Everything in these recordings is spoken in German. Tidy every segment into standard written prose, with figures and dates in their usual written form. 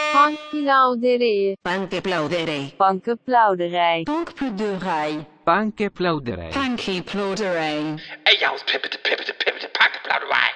Bankplauderij. Bankplauderij. Bankplauderij. Bankplauderij. Bankplauderij. Bankplauderij. Ey, aus pippete, Bankplauderei.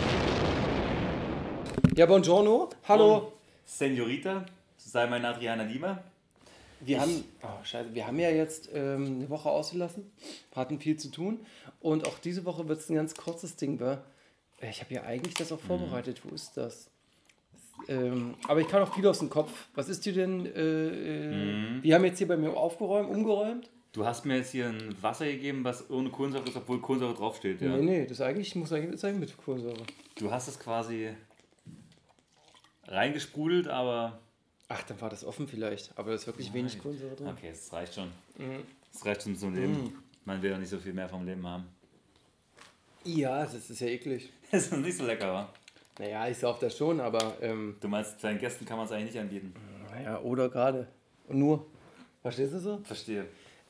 Ja, buongiorno. Hallo. Senorita, sei mein Adriana Lima. Wir haben ja jetzt eine Woche ausgelassen, hatten viel zu tun und auch diese Woche wird es ein ganz kurzes Ding. Ich habe ja eigentlich das auch vorbereitet. Wo ist das? Aber ich kann auch viel aus dem Kopf. Was ist dir denn? Wir haben jetzt hier bei mir umgeräumt. Du hast mir jetzt hier ein Wasser gegeben, was ohne Kohlensäure ist, obwohl Kohlensäure draufsteht. Ja? Nee, das muss eigentlich sein mit Kohlensäure. Du hast es quasi reingesprudelt, aber... Ach, dann war das offen vielleicht, aber da ist wirklich wenig Kohlensäure drin. Okay, das reicht schon. Das reicht schon zum Leben. Man will ja nicht so viel mehr vom Leben haben. Ja, das ist ja eklig. Das ist nicht so lecker, wa? Naja, ich sauf das schon, aber... Du meinst, deinen Gästen kann man es eigentlich nicht anbieten? Naja, oder gerade. Und nur. Verstehst du so? Verstehe.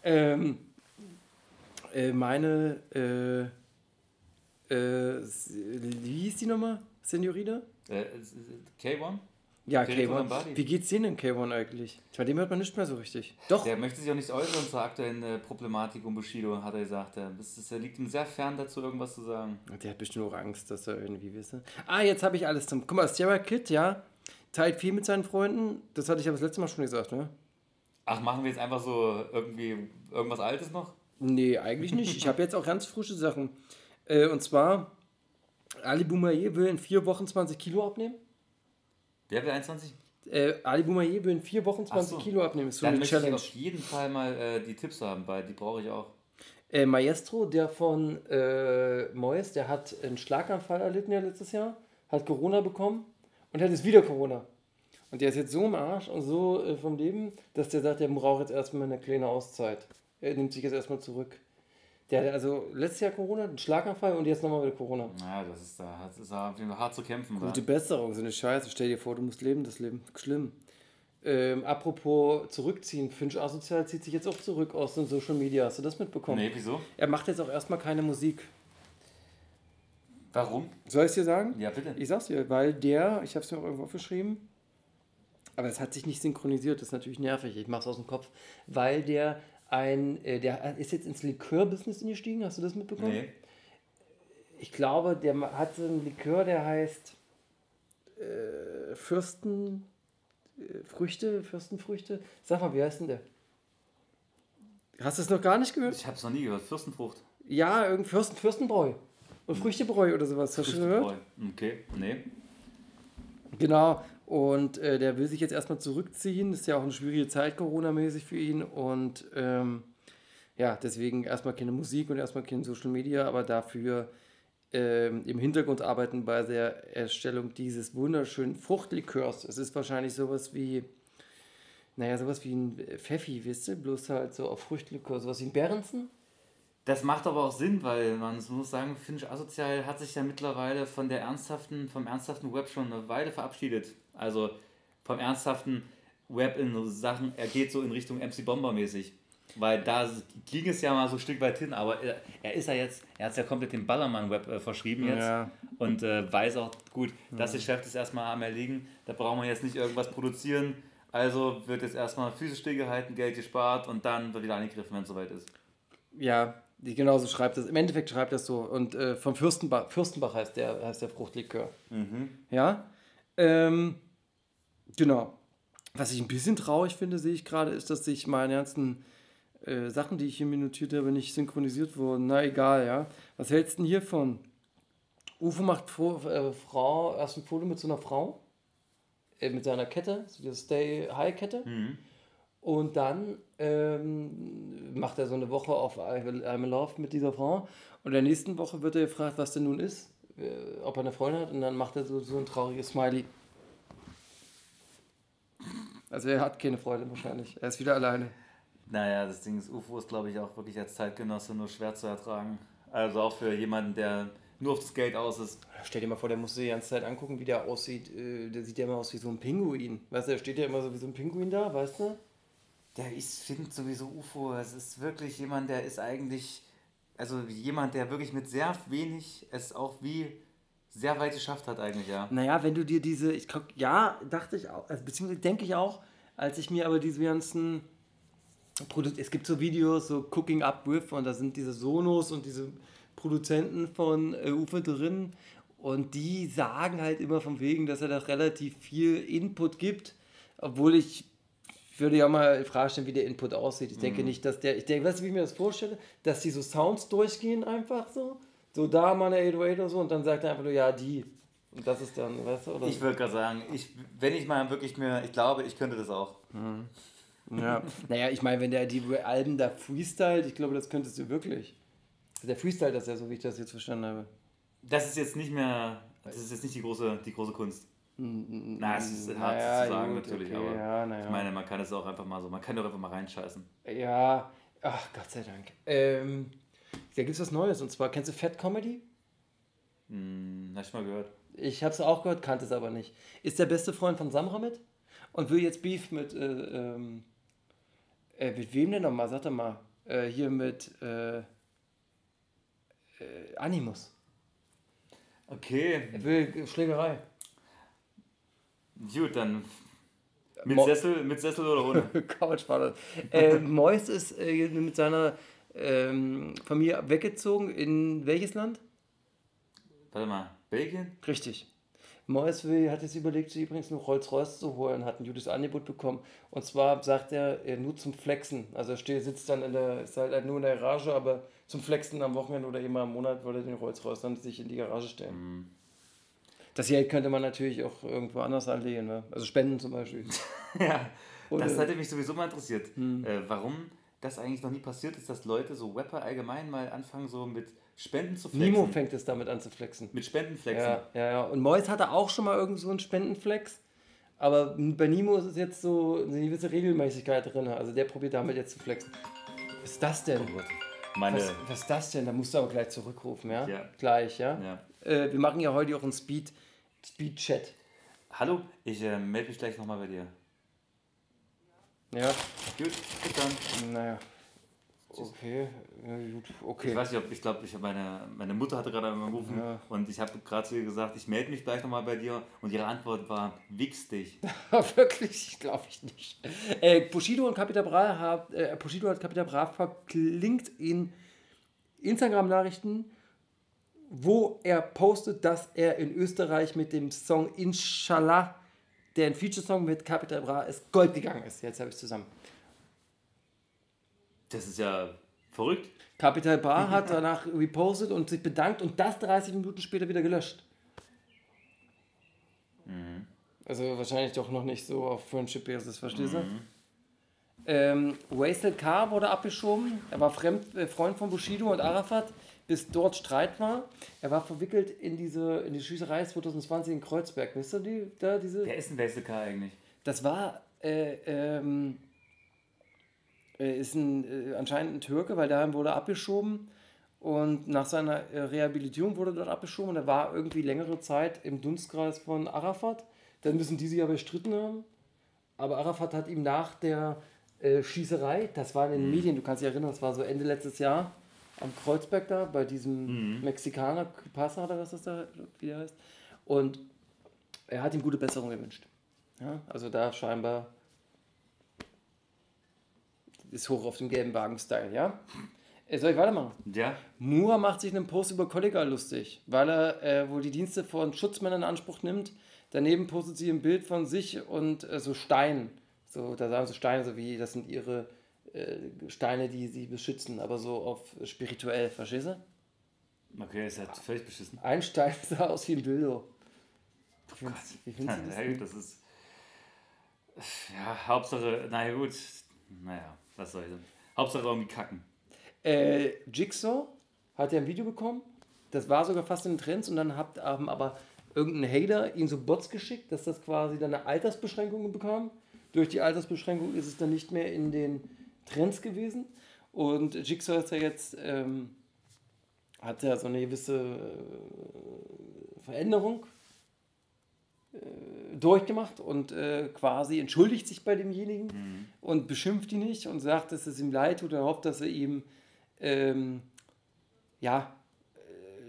Wie hieß die nochmal? Senorita? K1? Ja, Federico K1. Lombardi. Wie geht's denen denn, K1 eigentlich? Bei dem hört man nicht mehr so richtig. Doch. Der möchte sich auch nicht äußern zur aktuellen Problematik um Bushido, hat er gesagt. Das liegt ihm sehr fern dazu, irgendwas zu sagen. Der hat bestimmt auch Angst, dass er irgendwie wisse. Jetzt habe ich alles zum... Guck mal, Sierra Kid, ja, teilt viel mit seinen Freunden. Das hatte ich aber das letzte Mal schon gesagt, ne? Ach, machen wir jetzt einfach so irgendwie irgendwas Altes noch? Nee, eigentlich nicht. Ich habe jetzt auch ganz frische Sachen. Und zwar, Ali Boumaier will in 4 Wochen 20 Kilo abnehmen. Wer will 21? Ali Boumaier will in 4 Wochen 20 so. Kilo abnehmen. Ist so Dann eine möchte Challenge. ich auf jeden Fall mal die Tipps haben, weil die brauche ich auch. Maestro, der von Moyes, der hat einen Schlaganfall erlitten ja letztes Jahr, hat Corona bekommen und hat jetzt wieder Corona. Und der ist jetzt so im Arsch und so vom Leben, dass der sagt, der braucht jetzt erstmal eine kleine Auszeit. Er nimmt sich jetzt erstmal zurück. Der hatte also letztes Jahr Corona, einen Schlaganfall und jetzt nochmal wieder Corona. Ja, das ist auf jeden Fall hart zu kämpfen. Gute Besserung, so eine Scheiße. Stell dir vor, du musst leben, das Leben. Schlimm. Apropos zurückziehen, Finch Asozial zieht sich jetzt auch zurück aus den Social Media. Hast du das mitbekommen? Nee, wieso? Er macht jetzt auch erstmal keine Musik. Warum? Soll ich es dir sagen? Ja, bitte. Ich sag's dir, weil ich hab's mir auch irgendwo aufgeschrieben, aber es hat sich nicht synchronisiert, das ist natürlich nervig, ich mach's aus dem Kopf, weil der ist jetzt ins Likör-Business eingestiegen, hast du das mitbekommen? Nee. Ich glaube, der hat so einen Likör, der heißt Fürstenfrüchte. Sag mal, wie heißt denn der? Hast du es noch gar nicht gehört? Ich hab's noch nie gehört. Fürstenfrucht. Ja, irgendein Fürstenbräu. Und Früchtebräu oder sowas. Hast du schon gehört? Okay, nee. Genau. Und der will sich jetzt erstmal zurückziehen. Das ist ja auch eine schwierige Zeit, Corona-mäßig für ihn. Und deswegen erstmal keine Musik und erstmal keine Social Media, aber dafür im Hintergrund arbeiten bei der Erstellung dieses wunderschönen Fruchtlikörs. Es ist wahrscheinlich sowas wie ein Pfeffi, wisst ihr? Bloß halt so auf Fruchtlikör, sowas wie ein Berentzen. Das macht aber auch Sinn, weil man muss sagen, Finch Asozial hat sich ja mittlerweile vom ernsthaften Web schon eine Weile verabschiedet. Also vom ernsthaften Web in so Sachen, er geht so in Richtung MC Bomber mäßig. Weil da ging es ja mal so ein Stück weit hin, aber er hat es ja komplett dem Ballermann-Web verschrieben jetzt. Ja. Und weiß auch, gut, das Geschäft ist erstmal am Erliegen, da brauchen wir jetzt nicht irgendwas produzieren. Also wird jetzt erstmal physisch stillgehalten, Geld gespart und dann wird wieder angegriffen, wenn es soweit ist. Ja, genauso schreibt das. Im Endeffekt schreibt das so. Und vom Fürstenbach heißt der Fruchtlikör. Mhm. Ja. Genau. Was ich ein bisschen traurig finde, sehe ich gerade, ist, dass sich meine ganzen Sachen, die ich hier notiert habe, nicht synchronisiert wurden. Na egal, ja. Was hältst du denn hiervon? UFO macht erst ein Foto mit so einer Frau. Mit seiner Kette, so diese Stay-High-Kette. Mhm. Und dann macht er so eine Woche auf I'm in Love mit dieser Frau. Und in der nächsten Woche wird er gefragt, was denn nun ist, ob er eine Freundin hat. Und dann macht er so ein trauriges Smiley. Also er hat keine Freude wahrscheinlich. Er ist wieder alleine. Naja, das Ding ist, UFO ist, glaube ich, auch wirklich als Zeitgenosse nur schwer zu ertragen. Also auch für jemanden, der nur auf das Geld aus ist. Stell dir mal vor, der muss sich die ganze Zeit angucken, wie der aussieht. Der sieht ja immer aus wie so ein Pinguin. Weißt du, der steht ja immer so wie so ein Pinguin da, weißt du? Ich finde sowieso UFO, es ist wirklich jemand, der ist eigentlich, also jemand, der wirklich mit sehr wenig es auch wie sehr weit geschafft hat eigentlich, ja. Naja, wenn du dir diese, dachte ich auch, also beziehungsweise denke ich auch, als ich mir aber diese ganzen es gibt so Videos, so Cooking Up With, und da sind diese Sonos und diese Produzenten von Uwe drin, und die sagen halt immer von wegen, dass er da relativ viel Input gibt, obwohl ich würde ja mal die Frage stellen, wie der Input aussieht. Ich denke nicht, dass weißt du, wie ich mir das vorstelle, dass die so Sounds durchgehen einfach so da mal eine 808 oder so, und dann sagt er einfach nur, ja, die. Und das ist dann, weißt du, oder? Ich würde gerade sagen, wenn ich mal wirklich ich glaube, ich könnte das auch. Ja, naja, ich meine, wenn der die Alben da freestylt, ich glaube, das könntest du wirklich. Also der freestylt das ja, so wie ich das jetzt verstanden habe. Das ist jetzt nicht die große Kunst. Na, es ist hart zu sagen gut, natürlich, okay, aber ja, naja. ich meine, man kann es auch einfach mal so, man kann doch einfach mal reinscheißen. Ja, ach Gott sei Dank. Da gibt es was Neues, und zwar, kennst du Fat Comedy? Hast du mal gehört? Ich habe es auch gehört, kannte es aber nicht. Ist der beste Freund von Samramit und will jetzt Beef mit wem denn nochmal? Sag doch mal. Hier mit Animus. Okay, Er will Schlägerei. gut, dann Mo- mit Sessel oder ohne? Couchvater. Mois ist mit seiner Familie weggezogen. In welches Land? Warte mal, Belgien? Richtig. Mois hat jetzt überlegt, sich übrigens einen Rolls-Royce zu holen, hat ein gutes Angebot bekommen. Und zwar sagt er, nur zum Flexen. Also er sitzt dann ist halt nur in der Garage, aber zum Flexen am Wochenende oder immer im Monat würde er den Rolls-Royce dann sich in die Garage stellen. Das Geld könnte man natürlich auch irgendwo anders anlegen, ne? Also spenden zum Beispiel. Ja, Oder- das hätte mich sowieso mal interessiert. Warum das eigentlich noch nie passiert ist, dass Leute, so Rapper allgemein, mal anfangen so mit Spenden zu flexen. Nimo fängt es damit an zu flexen. Mit Spenden flexen. Ja. Und Mois hatte auch schon mal irgend so einen Spendenflex. Aber bei Nimo ist es jetzt so eine gewisse Regelmäßigkeit drin. Also der probiert damit jetzt zu flexen. Was ist das denn? Was ist das denn? Da musst du aber gleich zurückrufen, ja? Ja. Gleich, ja? Ja. Wir machen ja heute auch einen Speed-Chat. Hallo, ich melde mich gleich nochmal bei dir. Ja? Gut, bis dann. Naja. Okay, ja, gut, okay. Ich weiß nicht, ich glaube, meine Mutter hatte gerade angerufen und ich habe gerade zu ihr gesagt, ich melde mich gleich nochmal bei dir, und ihre Antwort war, wichs dich. Wirklich? Glaube ich nicht. Bushido hat Capital Bra verlinkt in Instagram-Nachrichten, wo er postet, dass er in Österreich mit dem Song Inshallah, der ein Feature-Song mit Capital Bra ist, Gold gegangen ist. Jetzt habe ich es zusammen. Das ist ja verrückt. Capital Bra hat danach repostet und sich bedankt, und das 30 Minuten später wieder gelöscht. Also wahrscheinlich doch noch nicht so auf Friendship Basis, verstehst du? Waisel K. wurde abgeschoben. Er war Freund von Bushido und Arafat, bis dort Streit war. Er war verwickelt in die Schießerei 2020 in Kreuzberg. Wisst ihr diese? Wer ist ein Wesselka eigentlich? Das war ist anscheinend ein Türke, weil dahin wurde abgeschoben, und nach seiner Rehabilitierung wurde dort abgeschoben, und er war irgendwie längere Zeit im Dunstkreis von Arafat. Dann müssen die sich aber gestritten haben. Aber Arafat hat ihm nach der Schießerei, das war in den Medien, du kannst dich erinnern, das war so Ende letztes Jahr am Kreuzberg da, bei diesem Mexikaner, Pasa oder was das da wieder heißt. Und er hat ihm gute Besserung gewünscht. Ja, also da scheinbar ist hoch auf dem gelben Wagen-Style, ja? Soll ich weitermachen? Ja? Moore macht sich einen Post über Kollega lustig, weil er wohl die Dienste von Schutzmännern in Anspruch nimmt. Daneben postet sie ein Bild von sich und so Steinen. So, da sagen so Steine, so wie, das sind ihre Steine, die sie beschützen, aber so auf spirituell, verstehst du? Okay, ist halt völlig beschissen. Ein Stein sah aus wie ein Dildo. Wie findest du das? Ja, gut, das ist. Ja, Hauptsache, naja, gut. Naja, was soll ich denn? Hauptsache irgendwie kacken. Jigsaw hat ja ein Video bekommen, das war sogar fast in den Trends, und dann haben aber irgendein Hater ihm so Bots geschickt, dass das quasi dann eine Altersbeschränkung bekam. Durch die Altersbeschränkung ist es dann nicht mehr in den Trends gewesen, und Jigsaw ist ja jetzt hat ja so eine gewisse Veränderung durchgemacht und quasi entschuldigt sich bei demjenigen und beschimpft ihn nicht und sagt, dass es ihm leid tut und hofft, dass er ihm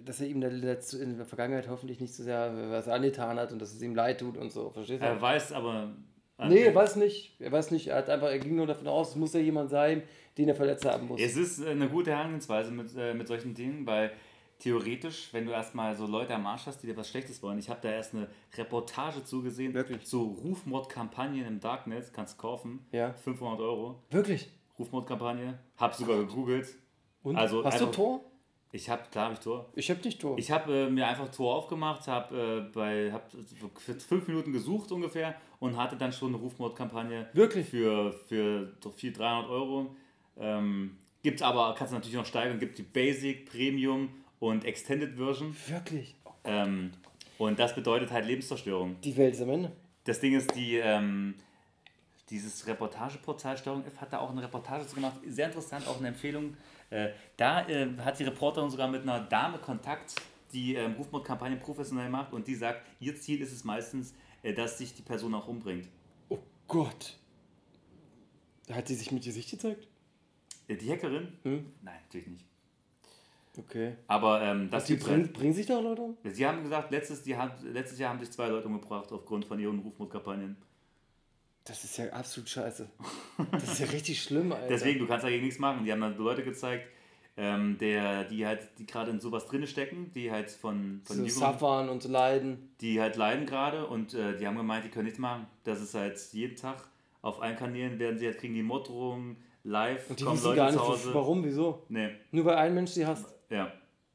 dass er ihm in der Vergangenheit hoffentlich nicht so sehr was angetan hat und dass es ihm leid tut und so, verstehst du? Er weiß aber... Nee, er weiß nicht. Er ging nur davon aus, es muss ja jemand sein, den er verletzt haben muss. Es ist eine gute Herangehensweise mit solchen Dingen, weil theoretisch, wenn du erstmal so Leute am Arsch hast, die dir was Schlechtes wollen, ich habe da erst eine Reportage zugesehen, Wirklich? so Rufmordkampagnen im Darknet, kannst du kaufen, Ja. 500 €, Wirklich? Rufmordkampagne, hab sogar gegoogelt. Und? Also hast du einfach- Tor? Klar habe ich Tor. Ich hab nicht Tor. Ich habe mir einfach Tor aufgemacht, habe für 5 Minuten gesucht ungefähr und hatte dann schon eine Rufmordkampagne Wirklich? für 300 €. Gibt aber, kannst du natürlich noch steigern, gibt die Basic, Premium und Extended Version. Wirklich? Und das bedeutet halt Lebenszerstörung. Die Welt ist am Ende. Das Ding ist, dieses Reportageportal Steuerung F hat da auch eine Reportage zu gemacht. Sehr interessant, auch eine Empfehlung. Da hat die Reporterin sogar mit einer Dame Kontakt, die Rufmordkampagnen professionell macht und die sagt, ihr Ziel ist es meistens, dass sich die Person auch umbringt. Oh Gott. Hat sie sich mit Gesicht gezeigt? Die Hackerin? Hm? Nein, natürlich nicht. Okay. Aber das Die gibt's halt. bringen sich da Leute um? Sie haben gesagt, letztes Jahr haben sich 2 Leute umgebracht aufgrund von ihren Rufmordkampagnen. Das ist ja absolut scheiße. Das ist ja richtig schlimm, Alter. Deswegen, du kannst dagegen nichts machen. Die haben dann Leute gezeigt, die gerade in sowas drin stecken, die halt von so Jüngeren- suffern und so leiden. die halt leiden gerade und die haben gemeint, die können nichts machen. Das ist halt jeden Tag auf allen Kanälen kriegen die Morddrohungen live, Und die kommen wissen Leute gar zu nicht, Hause. warum, wieso. Nee, Nur weil ein Mensch sie hasst. ja.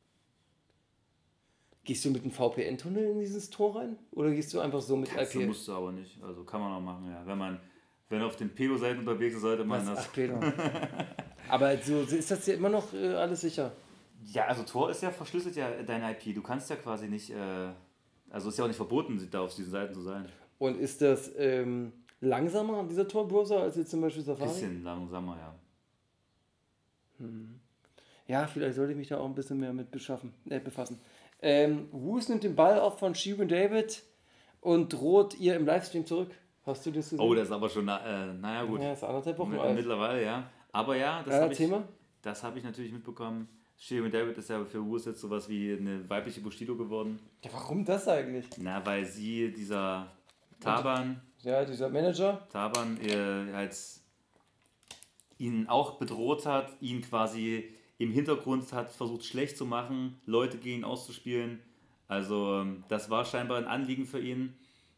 Gehst du mit einem VPN-Tunnel in dieses Tor rein? Oder gehst du einfach so mit Das IP? musst du aber nicht. Also kann man auch machen, ja. Wenn auf den Pedo-Seiten unterwegs ist, sollte man das. Ach, Peter. Aber so ist das ja immer noch alles sicher. Ja, also Tor ist ja verschlüsselt ja deine IP. Du kannst ja quasi nicht, also ist ja auch nicht verboten, da auf diesen Seiten zu sein. Und ist das langsamer, dieser Tor-Browser, als jetzt zum Beispiel Ein Safari? bisschen langsamer, ja. Ja, vielleicht sollte ich mich da auch ein bisschen mehr mit befassen. Roos nimmt den Ball auf von Shirin David und droht ihr im Livestream zurück. Hast du das gesehen? Oh, das ist aber schon, naja gut. Ja, das ist 1,5 Wochen alt. Mittlerweile, ja. Aber ja, Thema? das habe ich natürlich mitbekommen. Shirin David ist ja für Roos jetzt sowas wie eine weibliche Bushido geworden. Ja, warum das eigentlich? Na, weil sie, dieser Taban, Ja, dieser Manager. als ihn auch bedroht hat, ihn quasi im Hintergrund hat versucht schlecht zu machen, Leute gegen ihn auszuspielen. Also das war scheinbar ein Anliegen für ihn,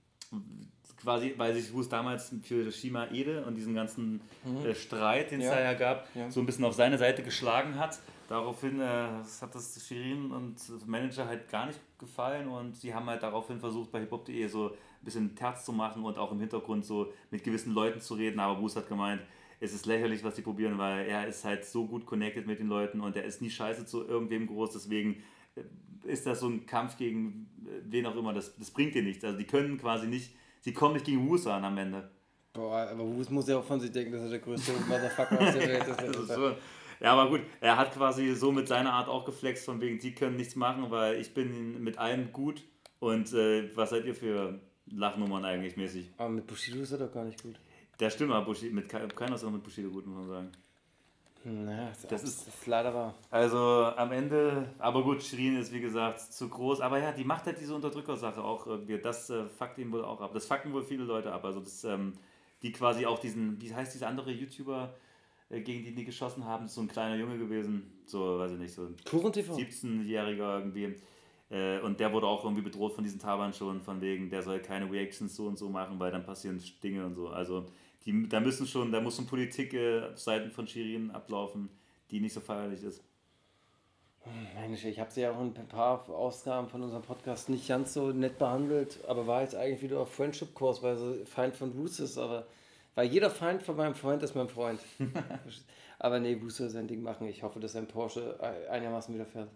quasi, weil sich Roos damals für Shima Ede und diesen ganzen Streit, den es Ja. da ja gab, Ja. so ein bisschen auf seine Seite geschlagen hat. Daraufhin hat das Shirin und das Manager halt gar nicht gefallen und sie haben halt daraufhin versucht, bei hiphop.de so ein bisschen Terz zu machen und auch im Hintergrund so mit gewissen Leuten zu reden, aber Roos hat gemeint, es ist lächerlich, was die probieren, weil er ist halt so gut connected mit den Leuten und er ist nie scheiße zu irgendwem groß, deswegen ist das so ein Kampf gegen wen auch immer, das bringt dir nichts. Also die können quasi nicht, sie kommen nicht gegen Roos an am Ende. Boah, aber Roos muss ja auch von sich denken, dass er der größte Motherfucker aus der Welt ist. Das ist so. Ja, aber gut, er hat quasi so mit seiner Art auch geflext, von wegen, die können nichts machen, weil ich bin mit allem gut und was seid ihr für Lachnummern eigentlich mäßig? Aber mit Bushido ist er doch gar nicht gut. Der stimmt, aber keiner ist auch mit Bushido gut, muss man sagen. Naja, Das das ist leider wahr. Also am Ende, aber gut, Shirin ist wie gesagt zu groß, aber ja, die macht halt diese Unterdrückersache auch irgendwie, das fuckt ihn wohl auch ab. Das fucken wohl viele Leute ab, also das, die quasi auch diesen, wie heißt dieser andere YouTuber, gegen die geschossen haben, ist so ein kleiner Junge gewesen, so, weiß ich nicht, so ein Kuchen TV. 17-Jähriger irgendwie. Und der wurde auch irgendwie bedroht von diesen Tabern schon, von wegen, der soll keine Reactions so und so machen, weil dann passieren Dinge und so. Also da muss schon Politik auf Seiten von Shirin ablaufen, die nicht so feierlich ist. Mensch, ich habe sie ja auch in ein paar Ausgaben von unserem Podcast nicht ganz so nett behandelt, aber war jetzt eigentlich wieder auf Friendship-Kurs, weil sie Feind von Roos ist, aber weil jeder Feind von meinem Freund ist mein Freund. Aber nee, Roos soll sein Ding machen. Ich hoffe, dass sein Porsche einigermaßen wieder fährt.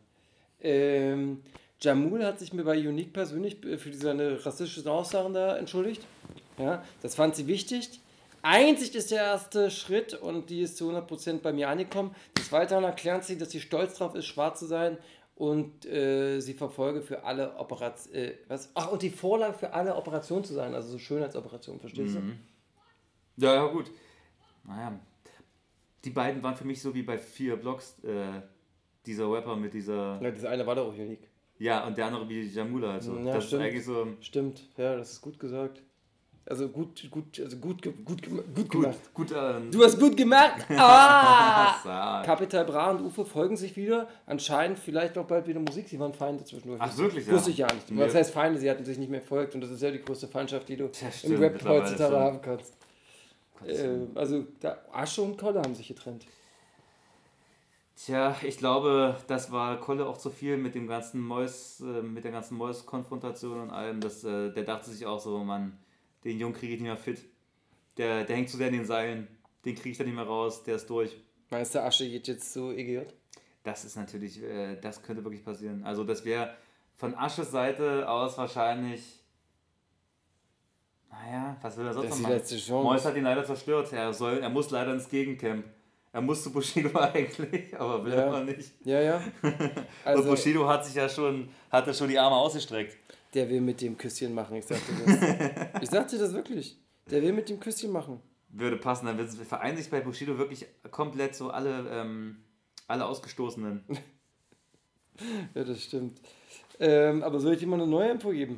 Jamul hat sich mir bei Unique persönlich für seine rassistischen Aussagen da entschuldigt. Ja, das fand sie wichtig. Einsicht ist der erste Schritt und die ist zu 100% bei mir angekommen. Des Weiteren erklärt sie, dass sie stolz drauf ist, schwarz zu sein und sie verfolge für alle Operationen, und die Vorlage für alle Operationen zu sein, also so Schönheitsoperation, verstehst du? Ja, gut. Naja, die beiden waren für mich so wie bei 4 Blocks Dieser Rapper mit dieser... Ja, das eine war doch auch unique. Ja, und der andere wie Jamula. Also. Ja, Das stimmt. ist eigentlich so... Stimmt, ja, das ist gut gesagt. Also gut gemacht. Gut, Du hast gut gemacht! Ah! Sag. Capital Bra und Ufo folgen sich wieder. Anscheinend vielleicht auch bald wieder Musik. Sie waren Feinde zwischendurch. Ach, wirklich, ja? Wusste ich ja nicht. Nee. Was heißt Feinde? Sie hatten sich nicht mehr folgt. Und das ist ja die größte Feindschaft, die du stimmt, im Rap mittlerweile heutzutage schon. haben kannst. Also Asche und Kolle haben sich getrennt. Tja, ich glaube, das war Kolle auch zu viel mit dem ganzen mit der ganzen Mois-Konfrontation und allem. Der dachte sich auch so, Mann, den Jungen kriege ich nicht mehr fit. Der hängt zu sehr in den Seilen. Den kriege ich da nicht mehr raus, der ist durch. Meinst du, Asche geht jetzt zu EGJ? Das ist natürlich, das könnte wirklich passieren. Also das wäre von Asches Seite aus wahrscheinlich, naja, was will er sonst Das noch ist die machen? letzte Chance. Mois hat ihn leider zerstört. Er muss leider ins Gegencamp. Er muss zu Bushido eigentlich, aber will Ja. aber nicht. Ja. Und Also, Bushido hatte schon die Arme ausgestreckt. der will mit dem Küsschen machen, ich sagte das. Ich sagte das wirklich. Der will mit dem Küsschen machen. Würde passen, dann vereinen sich bei Bushido wirklich komplett so alle Ausgestoßenen. Ja, das stimmt. Aber soll ich dir mal eine neue Info geben?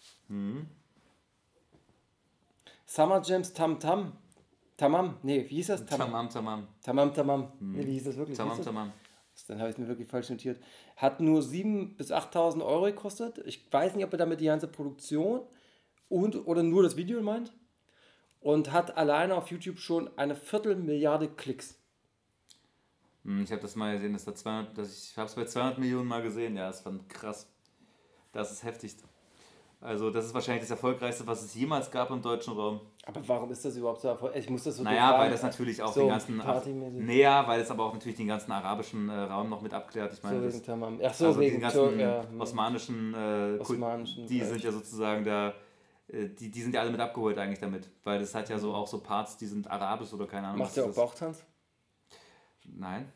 Summer Jams Tam Tam. Tamam? Nee, wie hieß das? Tamam. Tamam. Nee, wie hieß das wirklich? Wie hieß das? Tamam. Dann habe ich es mir wirklich falsch notiert. Hat nur 7.000 bis 8.000 Euro gekostet. Ich weiß nicht, ob er damit die ganze Produktion oder nur das Video meint. Und hat alleine auf YouTube schon 250.000.000 Klicks. Ich habe das mal gesehen, ich habe es bei 200 Millionen mal gesehen. Ja, das fand krass. Das ist heftig. Also das ist wahrscheinlich das Erfolgreichste, was es jemals gab im deutschen Raum. Aber warum ist das überhaupt so erfolgreich? Ich muss das so Naja, fragen. weil das natürlich auch so den ganzen... partymäßig. Naja, weil es aber auch natürlich den ganzen arabischen Raum noch mit abklärt. Ich meine, So das, wegen Tamam. Ach so, also wegen die ganzen ja. osmanischen, Osmanischen die Reich. sind ja sozusagen die sind ja alle mit abgeholt eigentlich damit. Weil das hat ja so auch so Parts, die sind arabisch oder keine Ahnung. Macht was er auch das ist. Bauchtanz? Nein.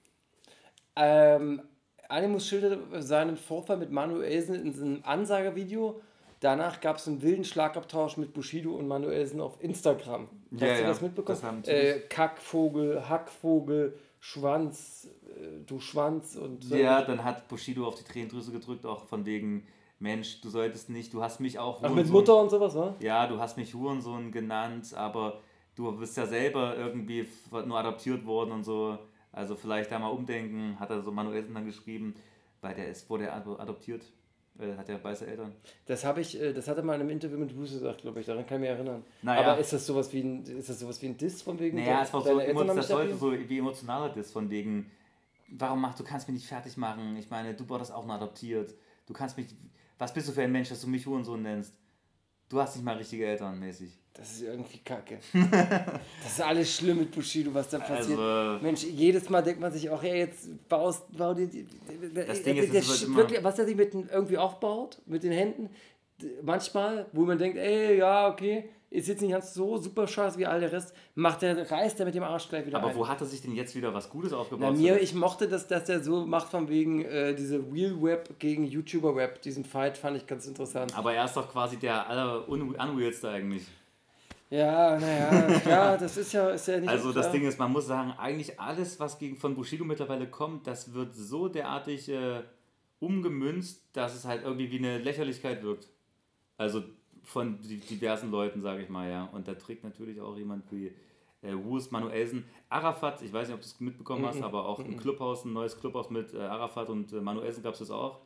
Animus schilderte seinen Vorfall mit Manuelsen in seinem Ansagevideo. Danach gab es einen wilden Schlagabtausch mit Bushido und Manuelsen auf Instagram. Hast du das mitbekommen? Das haben natürlich- Kackvogel, Hackvogel, Schwanz, du Schwanz und so. Ja, dann hat Bushido auf die Tränendrüse gedrückt, auch von wegen, Mensch, du solltest nicht, du hast mich auch Ach, mit Hurensohn- Mutter und sowas, wa? Ja, du hast mich Hurensohn genannt, aber du bist ja selber irgendwie nur adoptiert worden und so. Also vielleicht da mal umdenken, hat er so Manuelsen dann geschrieben, weil wurde er adoptiert. Hat er weiße Eltern. Das hat er mal in einem Interview mit Bruce gesagt, glaube ich, daran kann ich mich erinnern. Naja. Aber ist das sowas wie ein Diss von wegen? Naja, es war so, deine Eltern haben das mich sollte abgegeben? so wie emotionaler das von wegen, du kannst mich nicht fertig machen, ich meine, du wurdest auch nur adoptiert, du kannst mich, was bist du für ein Mensch, dass du mich Hurensohn nennst? Du hast nicht mal richtige Eltern, mäßig. Das ist irgendwie kacke. Das ist alles schlimm mit Bushido, was da passiert. Also, Mensch, jedes Mal denkt man sich auch, hey, jetzt bau die Das Ding ist, es wird immer- wirklich, was er sich irgendwie aufbaut, mit den Händen, manchmal, wo man denkt, ey, ja, okay, ist jetzt nicht ganz so super scheiße wie all der Rest, reißt er mit dem Arsch gleich wieder aber ein. wo hat er sich denn jetzt wieder was Gutes Na, aufgebaut? ich mochte das, dass er so macht von wegen diese Real Web gegen YouTuber Web, diesen Fight fand ich ganz interessant. Aber er ist doch quasi der Unrealste eigentlich. Ja, naja, ja, das ist ja nicht Also so das klar. Ding ist, man muss sagen, eigentlich alles, was von Bushido mittlerweile kommt, das wird so derartig umgemünzt, dass es halt irgendwie wie eine Lächerlichkeit wirkt. Also von diversen Leuten, sage ich mal, ja. Und da trägt natürlich auch jemand wie Wus, Manuelsen, Arafat, ich weiß nicht, ob du es mitbekommen hast, aber auch ein Clubhaus, ein neues Clubhaus mit Arafat und Manuelsen gab es das auch.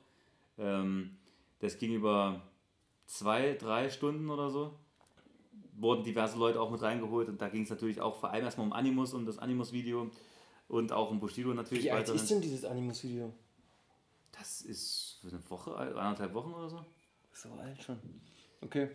Das ging über 2-3 Stunden oder so. Wurden diverse Leute auch mit reingeholt und da ging es natürlich auch vor allem erstmal um Animus und das Animus-Video und auch um Bushido natürlich Wie alt weiterhin. ist denn dieses Animus-Video? Das ist eine Woche alt, 1,5 Wochen oder so. So alt schon. Okay.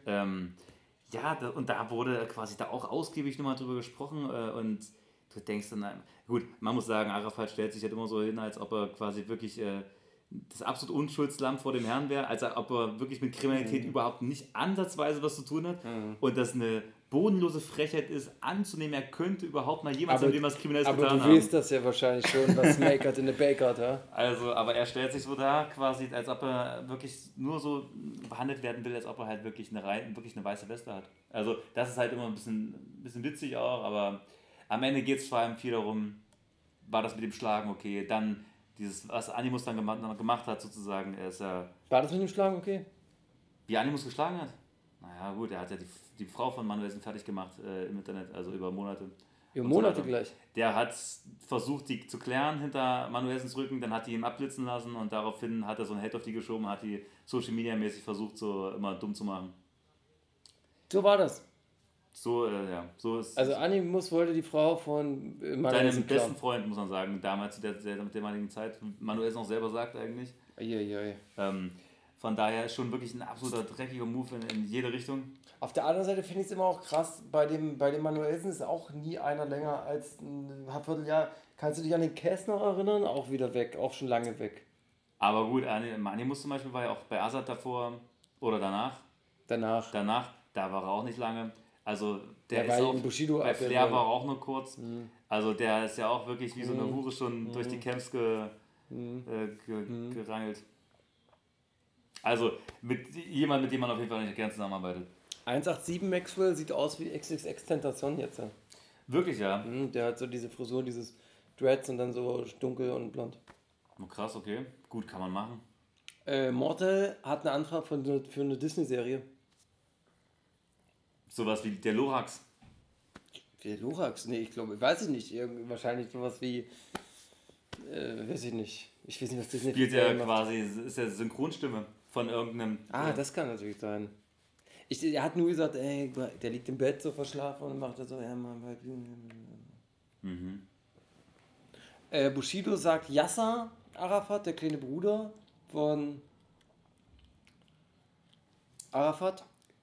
Und da wurde quasi da auch ausgiebig nochmal drüber gesprochen und du denkst dann, gut, man muss sagen, Arafat stellt sich halt immer so hin, als ob er quasi wirklich das absolut Unschuldslamm vor dem Herrn wäre, als ob er wirklich mit Kriminalität überhaupt nicht ansatzweise was zu tun hat und das eine bodenlose Frechheit ist, anzunehmen, er könnte überhaupt mal jemals in dem was Kriminelles Aber getan du haben. weißt das ja wahrscheinlich schon, was Make hat in der Bake hat, ja? Also, aber er stellt sich so da quasi, als ob er wirklich nur so behandelt werden will, als ob er halt wirklich eine weiße Weste hat. Also das ist halt immer ein bisschen witzig auch, aber am Ende geht es vor allem viel darum, war das mit dem Schlagen okay, dann Dieses, was Animus dann gemacht hat, sozusagen. Er ist ja. War das mit dem Schlagen okay? Wie Animus geschlagen hat? Naja, gut, er hat ja die Frau von Manuelsen fertig gemacht im Internet, also über Monate. Über Und Monate so weiter. gleich. Der hat versucht, die zu klären hinter Manuelsens Rücken, dann hat die ihn abblitzen lassen und daraufhin hat er so ein Hate auf die geschoben, hat die Social Media mäßig versucht, so immer dumm zu machen. So war das. So, ja, so ist Also Animus wollte die Frau von seinem Manuelsen besten klauen. Freund, muss man sagen, damals zu der damaligen Zeit, Manuelsen auch selber sagt eigentlich. Eieiei. Von daher ist schon wirklich ein absoluter dreckiger Move in jede Richtung. Auf der anderen Seite finde ich es immer auch krass, bei dem Manuelsen ist auch nie einer länger als ein Vierteljahr. Kannst du dich an den Kästner erinnern? Auch wieder weg, auch schon lange weg. Aber gut, Animus zum Beispiel war ja auch bei Azad davor oder danach. Danach. Da war er auch nicht lange. Also der Der ist war auch, in Bushido bei abgegangen. Flair war er auch nur kurz. Also der ist ja auch wirklich wie so eine Hure schon durch die Camps gerangelt. Also mit dem man auf jeden Fall nicht gern zusammenarbeitet. 187 Maxwell sieht aus wie XXX-Tentacion jetzt. Ja. Wirklich, ja. Der hat so diese Frisur, dieses Dreads und dann so dunkel und blond. Oh, krass, okay. Gut, kann man machen. Mortal hat eine Anfrage für eine Disney-Serie. Sowas wie der Lorax. Der Lorax? Nee, ich glaube, weiß ich nicht. Wahrscheinlich sowas wie, weiß ich nicht. Ich weiß nicht, was Disney Spielt ja macht. quasi, ist ja Synchronstimme von irgendeinem. Das kann natürlich sein. Er hat nur gesagt, ey, der liegt im Bett so verschlafen und macht er so, ja, mal. Bushido sagt Yasser Arafat, der kleine Bruder von Arafat.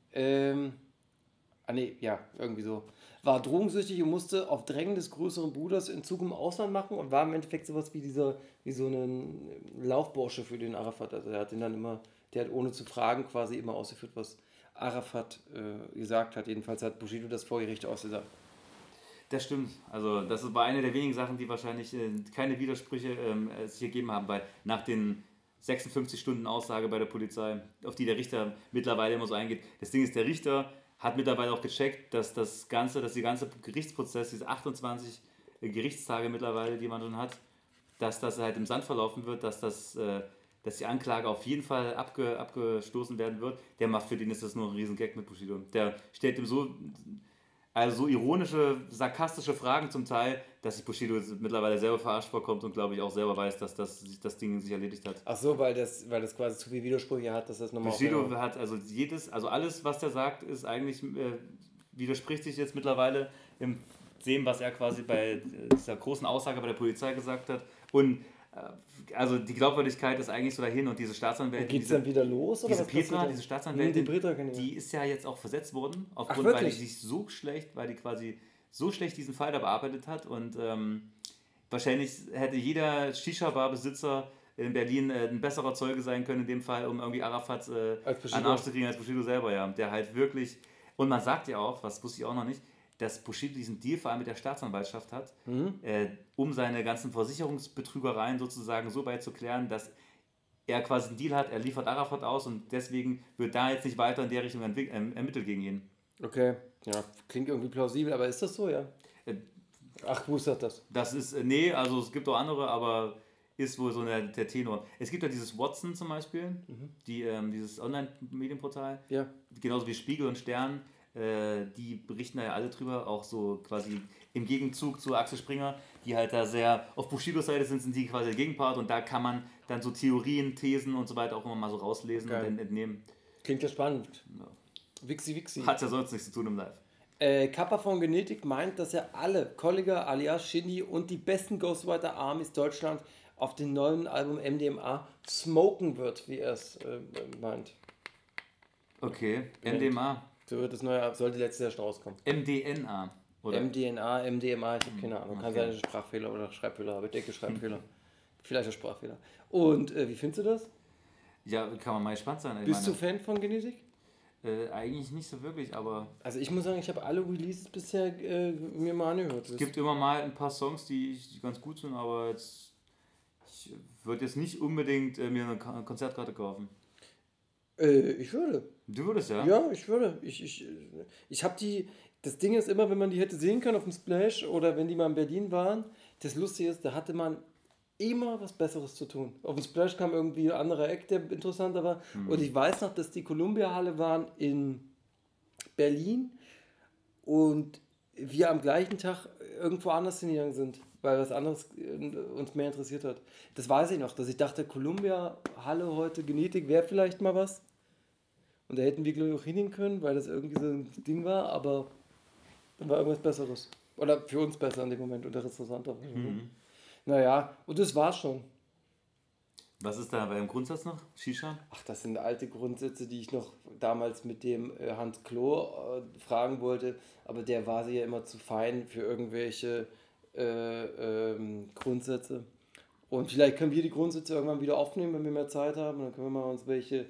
Irgendwie so. War drogensüchtig und musste auf Drängen des größeren Bruders Entzug im Ausland machen und war im Endeffekt sowas wie so ein Laufbursche für den Arafat. Also der hat ohne zu fragen quasi immer ausgeführt, was Arafat gesagt hat. Jedenfalls hat Bushido das vor Gericht ausgesagt. Das stimmt. Also das war eine der wenigen Sachen, die wahrscheinlich keine Widersprüche es hier gegeben haben, weil nach den 56 Stunden Aussage bei der Polizei, auf die der Richter mittlerweile immer so eingeht. Das Ding ist, der Richter hat mittlerweile auch gecheckt, dass der ganze Gerichtsprozess, diese 28 Gerichtstage mittlerweile, die man schon hat, dass das halt im Sand verlaufen wird, dass die Anklage auf jeden Fall abgestoßen werden wird. Für den ist das nur ein Riesengag mit Bushido. Der stellt ihm so ironische, sarkastische Fragen zum Teil, dass sich Bushido mittlerweile selber verarscht vorkommt und glaube ich auch selber weiß, dass das Ding sich erledigt hat. Ach so, weil das quasi zu viele Widersprüche hat, dass das nochmal... Bushido hat alles, was der sagt, ist eigentlich, widerspricht sich jetzt mittlerweile im dem, was er quasi bei dieser großen Aussage bei der Polizei gesagt hat. Und also die Glaubwürdigkeit ist eigentlich so dahin und diese Staatsanwältin... Geht es dann wieder los? Oder Diese Staatsanwältin, die ist ja jetzt auch versetzt worden, weil die quasi so schlecht diesen Fall da bearbeitet hat und wahrscheinlich hätte jeder Shisha-Bar-Besitzer in Berlin ein besserer Zeuge sein können in dem Fall, um irgendwie Arafat an den Arsch zu kriegen als Bushido selber, ja. Der halt wirklich... Und man sagt ja auch, was wusste ich auch noch nicht, dass Bushido diesen Deal vor allem mit der Staatsanwaltschaft hat, um seine ganzen Versicherungsbetrügereien sozusagen so weit zu klären, dass er quasi einen Deal hat, er liefert Arafat aus und deswegen wird da jetzt nicht weiter in der Richtung ermittelt gegen ihn. Okay, ja, klingt irgendwie plausibel, aber ist das so, ja? Ach, wo ist das? Das ist, also es gibt auch andere, aber ist wohl so der Tenor. Es gibt ja dieses Watson zum Beispiel, dieses Online-Medienportal, ja. Genauso wie Spiegel und Stern, die berichten da ja alle drüber, auch so quasi im Gegenzug zu Axel Springer, die halt da sehr auf Bushidos Seite sind die quasi der Gegenpart und da kann man dann so Theorien, Thesen und so weiter auch immer mal so rauslesen und entnehmen. Klingt ja spannend. Ja. Wixi. Hat ja sonst nichts zu tun im Live. Kappa von Genetik meint, dass er alle Kollega alias Shindy und die besten Ghostwriter-Armies Deutschlands auf dem neuen Album MDMA smoken wird, wie er es meint. Okay, MDMA. So wird das neue, sollte letztes Jahr schon rauskommen. MDNA, oder? MDMA, ich habe keine Ahnung. Kann sein, dass ich Sprachfehler oder Schreibfehler habe. Ich denke Schreibfehler. Vielleicht ein Sprachfehler. Und wie findest du das? Ja, kann man mal gespannt sein. Bist du Fan von Genetik? Eigentlich nicht so wirklich, aber... Also ich muss sagen, ich habe alle Releases bisher mir mal angehört. Es gibt immer mal ein paar Songs, die ganz gut sind, aber jetzt... Ich würde jetzt nicht unbedingt mir eine Konzertkarte kaufen. Ich würde. Du würdest, ja? Ja, ich würde. Ich habe die... Das Ding ist immer, wenn man die hätte sehen können auf dem Splash oder wenn die mal in Berlin waren, das Lustige ist, da hatte man immer was Besseres zu tun. Auf dem Splash kam irgendwie ein anderer Act, der interessanter war. Und ich weiß noch, dass die Columbia-Halle waren in Berlin und wir am gleichen Tag irgendwo anders hingegangen sind, weil was anderes uns mehr interessiert hat. Das weiß ich noch, dass ich dachte, Columbia-Halle heute, Genetik wäre vielleicht mal was. Und da hätten wir, glaube ich, auch hingehen können, weil das irgendwie so ein Ding war, aber dann war irgendwas Besseres. Oder für uns besser in dem Moment oder interessanter. Naja, und das war's schon. Was ist da beim Grundsatz noch? Shisha? Ach, das sind alte Grundsätze, die ich noch damals mit dem Hans Klo fragen wollte, aber der war sie ja immer zu fein für irgendwelche Grundsätze. Und vielleicht können wir die Grundsätze irgendwann wieder aufnehmen, wenn wir mehr Zeit haben. Und dann können wir mal uns welche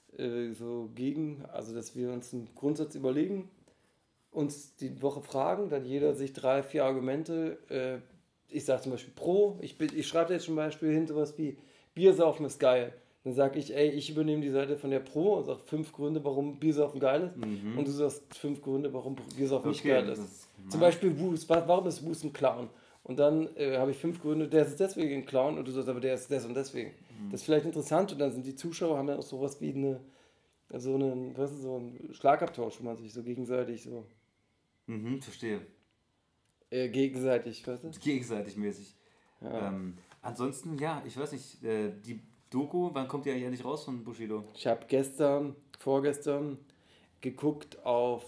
also dass wir uns einen Grundsatz überlegen, uns die Woche fragen, dann jeder sich 3, 4 Argumente, ich sage zum Beispiel pro, ich schreibe jetzt zum Beispiel hin sowas wie Biersaufen ist geil. Dann sage ich, ey, ich übernehme die Seite von der Pro und sage 5 Gründe, warum Biersaufen geil ist. Und du sagst 5 Gründe, warum Biersaufen nicht geil ist. Zum Beispiel Wust, warum ist Wust ein Clown? Und dann habe ich 5 Gründe, der ist deswegen ein Clown und du sagst, aber der ist des und deswegen. Das ist vielleicht interessant und dann sind die Zuschauer, haben dann auch sowas wie so ein Schlagabtausch, wo man sich so gegenseitig so... Verstehe. Gegenseitig, weißt du? Gegenseitig mäßig. Ja. Ansonsten, ja, ich weiß nicht, die Doku, wann kommt die eigentlich endlich raus von Bushido? Ich habe vorgestern geguckt auf,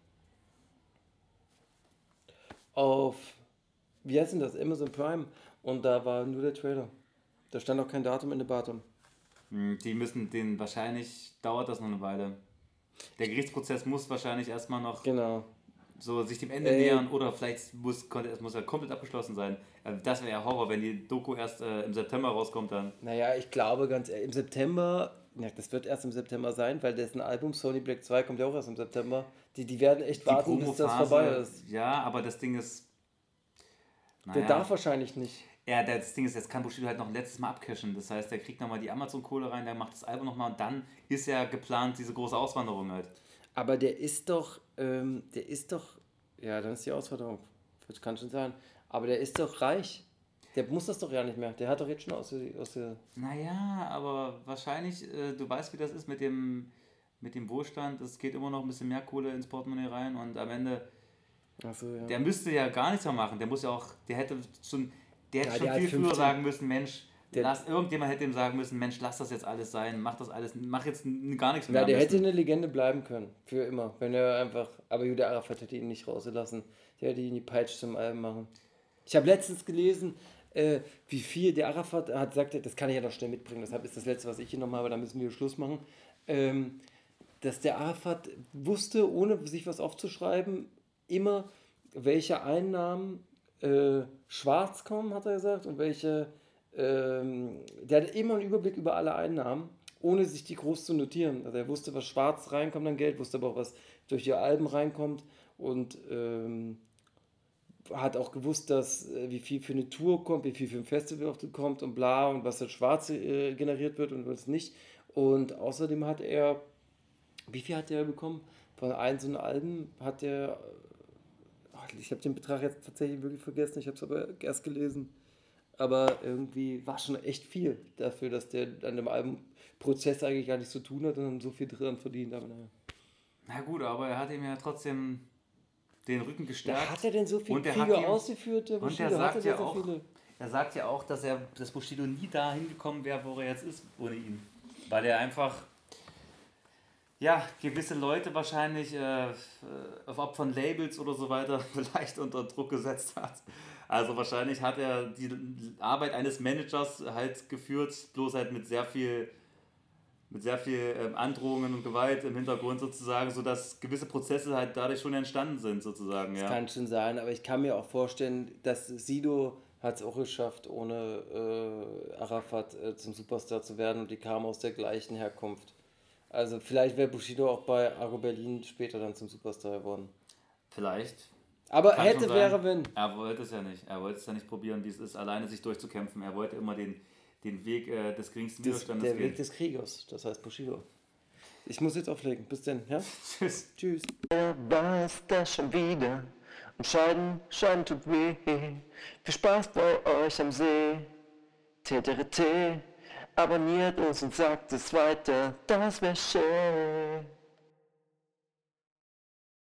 wie heißt denn das, Amazon Prime und da war nur der Trailer. Da stand auch kein Datum in der Datum. Die müssen wahrscheinlich dauert das noch eine Weile. Der Gerichtsprozess muss wahrscheinlich erstmal noch Genau. so sich dem Ende nähern oder vielleicht muss er komplett abgeschlossen sein. Das wäre ja Horror, wenn die Doku erst im September rauskommt dann. Naja, ich glaube ganz ehrlich, im September, ja, das wird erst im September sein, weil dessen Album Sony Black 2 kommt ja auch erst im September. Die werden echt warten, bis das vorbei ist. Ja, aber das Ding ist... Der darf wahrscheinlich nicht. Ja, das Ding ist, jetzt kann Bushido halt noch ein letztes Mal abcashen. Das heißt, der kriegt nochmal die Amazon-Kohle rein, dann macht das Album nochmal und dann ist ja geplant diese große Auswanderung halt. Aber der ist doch, ja, dann ist die Auswanderung, das kann schon sein, aber der ist doch reich. Der muss das doch ja nicht mehr. Der hat doch jetzt schon aus der... Naja, aber wahrscheinlich, du weißt, wie das ist mit dem Wohlstand. Es geht immer noch ein bisschen mehr Kohle ins Portemonnaie rein und am Ende... Ach so, ja. Der müsste ja gar nichts mehr machen. Der muss ja auch, der hätte schon viel 15. früher sagen müssen, Mensch, irgendjemand hätte ihm sagen müssen, Mensch, lass das jetzt alles sein, mach das alles, mach jetzt gar nichts mehr. Ja, der hätte eine Legende bleiben können, für immer, wenn er einfach, aber Jude Arafat hätte ihn nicht rausgelassen. Der hätte ihn die Peitsche zum Album machen. Ich habe letztens gelesen, wie viel der Arafat hat gesagt, das kann ich ja noch schnell mitbringen, deshalb ist das Letzte, was ich hier nochmal habe, da müssen wir Schluss machen, dass der Arafat wusste, ohne sich was aufzuschreiben, immer, welche Einnahmen schwarz kommen, hat er gesagt, und welche, der hatte immer einen Überblick über alle Einnahmen, ohne sich die groß zu notieren. Also er wusste, was schwarz reinkommt an Geld, wusste aber auch, was durch die Alben reinkommt und hat auch gewusst, dass wie viel für eine Tour kommt, wie viel für ein Festival kommt und bla und was dann schwarz generiert wird und was nicht. Und außerdem hat er, wie viel hat er bekommen? Von einzelnen Alben hat er, ich habe den Betrag jetzt tatsächlich wirklich vergessen, ich habe es aber erst gelesen, aber irgendwie war schon echt viel dafür, dass der an dem Albumprozess eigentlich gar nichts zu tun hat und dann so viel dran verdient. Aber naja. Na gut, aber er hat ihm ja trotzdem den Rücken gestärkt. Ja, hat er denn so viele Kriege ausgeführt? Der und er sagt ja auch, dass Bushido nie dahin gekommen wäre, wo er jetzt ist, ohne ihn. Weil er einfach gewisse Leute wahrscheinlich ob von Labels oder so weiter vielleicht unter Druck gesetzt hat. Also wahrscheinlich hat er die Arbeit eines Managers halt geführt, bloß halt mit sehr viel Androhungen und Gewalt im Hintergrund sozusagen, sodass gewisse Prozesse halt dadurch schon entstanden sind sozusagen. Das kann schon sein, aber ich kann mir auch vorstellen, dass Sido hat es auch geschafft, ohne Arafat zum Superstar zu werden und die kamen aus der gleichen Herkunft. Also vielleicht wäre Bushido auch bei Argo Berlin später dann zum Superstar geworden. Vielleicht. Aber hätte, wäre, wenn. Er wollte es ja nicht. Er wollte es ja nicht probieren, wie es ist, alleine sich durchzukämpfen. Er wollte immer den Weg des geringsten Widerstandes gehen. Der Weg des Kriegers, das heißt Bushido. Ich muss jetzt auflegen. Bis denn, ja? Tschüss. Tschüss. Wer war es das schon wieder? Und Scheiden tut weh. Viel Spaß bei euch am See. TTRT. Abonniert uns und sagt es weiter, das wär schön.